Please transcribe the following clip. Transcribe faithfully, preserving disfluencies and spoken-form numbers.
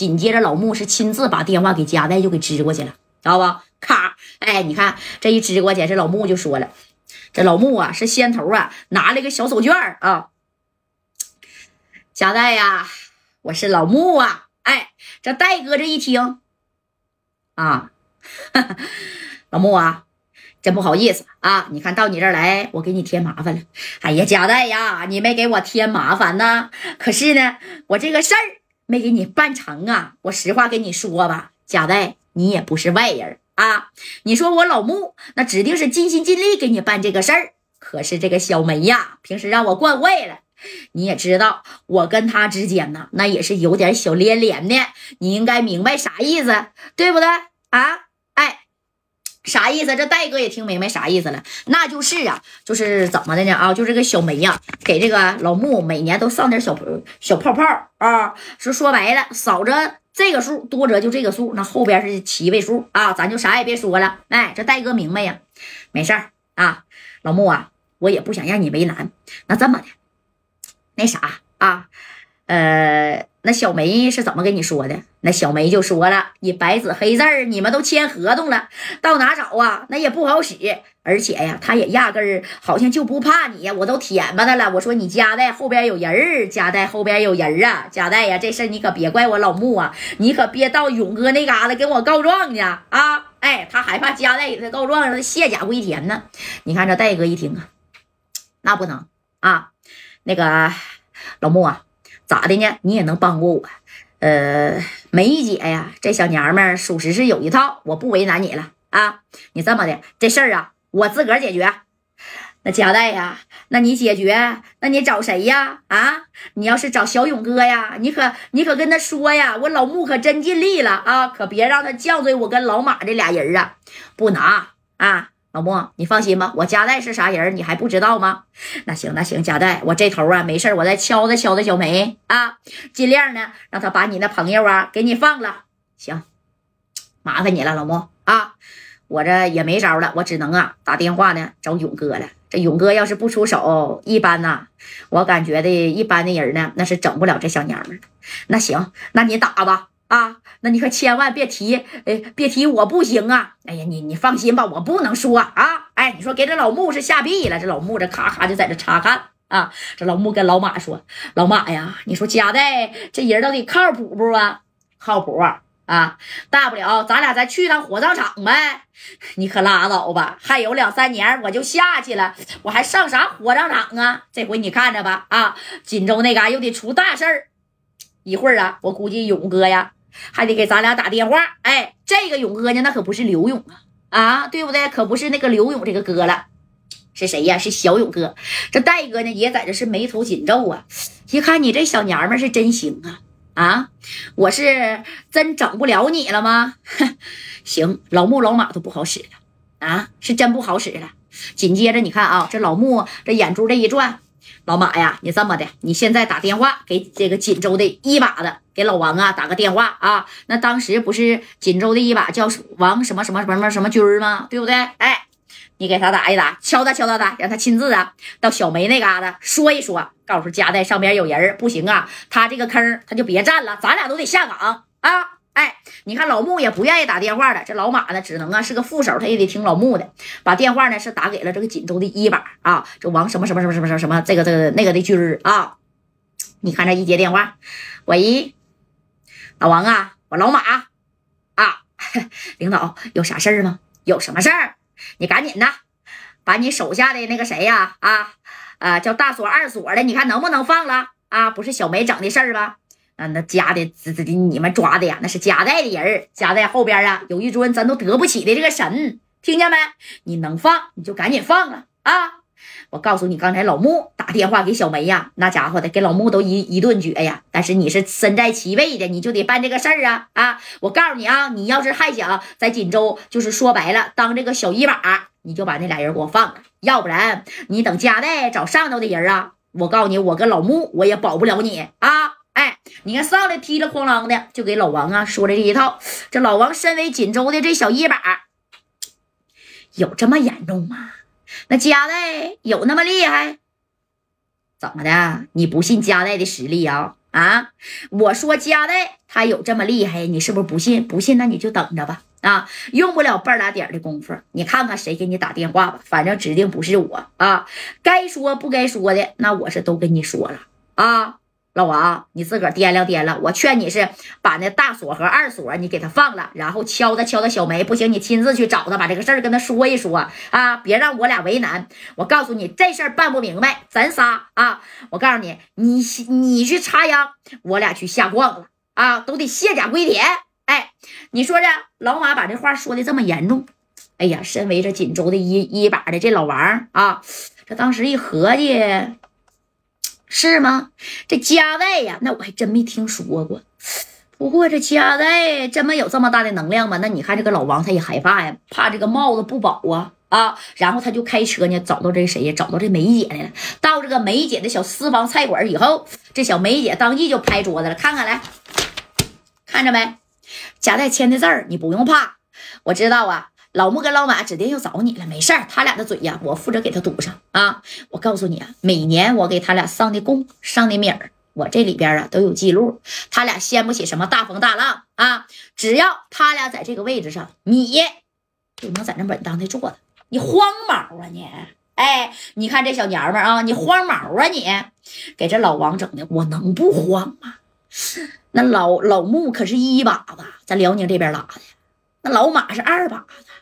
紧接着老穆是亲自把电话给夹带就给支过去了，知道吧？咔，哎，你看这一支过去，这老穆就说了，这老穆啊是先头啊拿了一个小手绢啊，夹带呀，我是老穆啊，哎，这戴哥这一听啊，呵呵老穆啊。真不好意思啊！你看到你这儿来，我给你添麻烦了。哎呀，贾代呀，你没给我添麻烦呢。可是呢，我这个事儿没给你办成啊。我实话跟你说吧，贾代，你也不是外人啊。你说我老穆，那指定是尽心尽力给你办这个事儿。可是这个小梅呀，平时让我惯坏了。你也知道，我跟他之间呢，那也是有点小连连的。你应该明白啥意思，对不对啊？哎。啥意思？这戴哥也听明白啥意思了，那就是啊，就是怎么的呢啊？就这个小梅呀、啊，给这个老穆每年都上点小小泡泡啊，是说白了，少着这个数，多则就这个数，那后边是七位数啊，咱就啥也别说了。哎，这戴哥明白呀，没事儿啊，老穆啊，我也不想让你为难，那这么的，那啥啊，呃。那小梅是怎么跟你说的？那小梅就说了，你白纸黑字儿，你们都签合同了，到哪找啊？那也不好使，而且呀，他也压根儿好像就不怕你呀。我都舔吧他了，我说你夹带后边有人儿，夹带后边有人啊，夹带呀，这事儿你可别怪我老穆啊，你可别到勇哥那嘎达跟我告状去啊！哎，他害怕夹带给他告状，让他卸甲归田呢。你看这戴哥一听啊，那不能啊，那个老穆啊。咋的呢？你也能帮过我，呃，梅姐呀，这小娘们儿属实是有一套，我不为难你了啊。你这么的，这事儿啊，我自个儿解决。那夹带呀，那你解决，那你找谁呀？啊，你要是找小勇哥呀，你可你可跟他说呀，我老穆可真尽力了啊，可别让他犟嘴我跟老马这俩人啊，不拿啊。老穆，你放心吧，我夹带是啥人，你还不知道吗？那行，那行，夹带，我这头啊没事，我再敲打敲打小梅啊，尽量呢让他把你那朋友啊给你放了。行，麻烦你了，老穆啊，我这也没招了，我只能啊打电话呢找勇哥了。这勇哥要是不出手，一般呐，我感觉的一般的人呢，那是整不了这小娘们儿。那行，那你打吧。啊，那你可千万别提，哎，别提我不行啊！哎呀，你你放心吧，我不能说啊！哎，你说给这老穆是吓毙了，这老穆这咔咔就在这查看啊！这老穆跟老马说：“老马呀，你说夹带这人到底靠谱不啊？靠谱啊！啊，大不了咱俩再去趟火葬场呗！你可拉倒吧，还有两三年我就下去了，我还上啥火葬场啊？这回你看着吧！啊，锦州那嘎又得出大事儿，一会儿啊，我估计勇哥呀。”还得给咱俩打电话，哎，这个勇哥呢，那可不是刘勇啊，啊，对不对？可不是那个刘勇这个哥了，是谁呀？是小勇哥。这戴哥呢，也在这是眉头紧皱啊。一看你这小娘们是真行啊，啊，我是真整不了你了吗？行，老穆老马都不好使了啊，是真不好使了。紧接着你看啊，这老穆这眼珠这一转。老马呀，你这么的，你现在打电话给这个锦州的一把子，给老王啊打个电话啊。那当时不是锦州的一把叫王什么什么什么什么军儿吗？对不对？哎，你给他打一打，敲他敲他打，让他亲自啊到小梅那嘎达说一说，告诉夹带上边有人不行啊，他这个坑他就别占了，咱俩都得下岗啊。哎，你看老穆也不愿意打电话了，这老马呢只能啊是个副手，他也得听老穆的，把电话呢是打给了这个锦州的一把啊，这王什么什么什么什么什么什么这个这个那个的军儿啊。你看这一接电话，喂，老王啊，我老马啊，领导有啥事儿吗？有什么事儿？你赶紧的把你手下的那个谁呀啊啊叫大锁二锁的，你看能不能放了啊？不是小梅整的事儿吧？啊，那家的这这你们抓的呀，那是夹带的人，夹带后边啊有一尊咱都得不起的这个神，听见没？你能放你就赶紧放了啊！我告诉你，刚才老穆打电话给小梅呀，那家伙的给老穆都一一顿绝呀。但是你是身在其位的，你就得办这个事儿啊啊！我告诉你啊，你要是还想在锦州，就是说白了当这个小一把，你就把那俩人给我放了，要不然你等夹带找上头的人啊，我告诉你，我跟老穆我也保不了你啊！哎，你看上来踢了哐啷的，就给老王啊说了这一套。这老王身为锦州的这小一把，有这么严重吗？那夹带有那么厉害？怎么的？你不信夹带的实力啊？ 啊？我说加代他有这么厉害，你是不是不信？不信那你就等着吧。啊，用不了半拉点的功夫，你看看谁给你打电话吧，反正指定不是我啊。该说不该说的，那我是都跟你说了啊。老王，你自个儿掂量掂量，我劝你是把那大锁和二锁你给他放了，然后敲他敲他小梅，不行你亲自去找他，把这个事儿跟他说一说啊，别让我俩为难。我告诉你，这事儿办不明白，咱仨啊，我告诉你，你你去插秧，我俩去下矿了啊，都得卸甲归田。哎，你说这老马把这话说的这么严重，哎呀，身为这锦州的一一把的这老王啊，这当时一合计。是吗？这加代呀，那我还真没听说过。不过这加代这么有这么大的能量吗？那你看这个老王他也害怕呀，怕这个帽子不保啊啊！然后他就开车呢，找到这谁呀？找到这梅姐来了。到这个梅姐的小私房菜馆以后，这小梅姐当即就拍桌子了，看看来，看着没？加代签的字儿，你不用怕，我知道啊。老穆跟老马指定要找你了，没事儿，他俩的嘴呀，我负责给他堵上啊！我告诉你啊，每年我给他俩上的供、上的米儿，我这里边啊都有记录。他俩掀不起什么大风大浪啊！只要他俩在这个位置上，你就能在那稳当的坐着。你慌毛啊你！哎，你看这小娘们啊，你慌毛啊你！给这老王整的，我能不慌吗？那老老穆可是一把子，在辽宁这边拉的，那老马是二把子。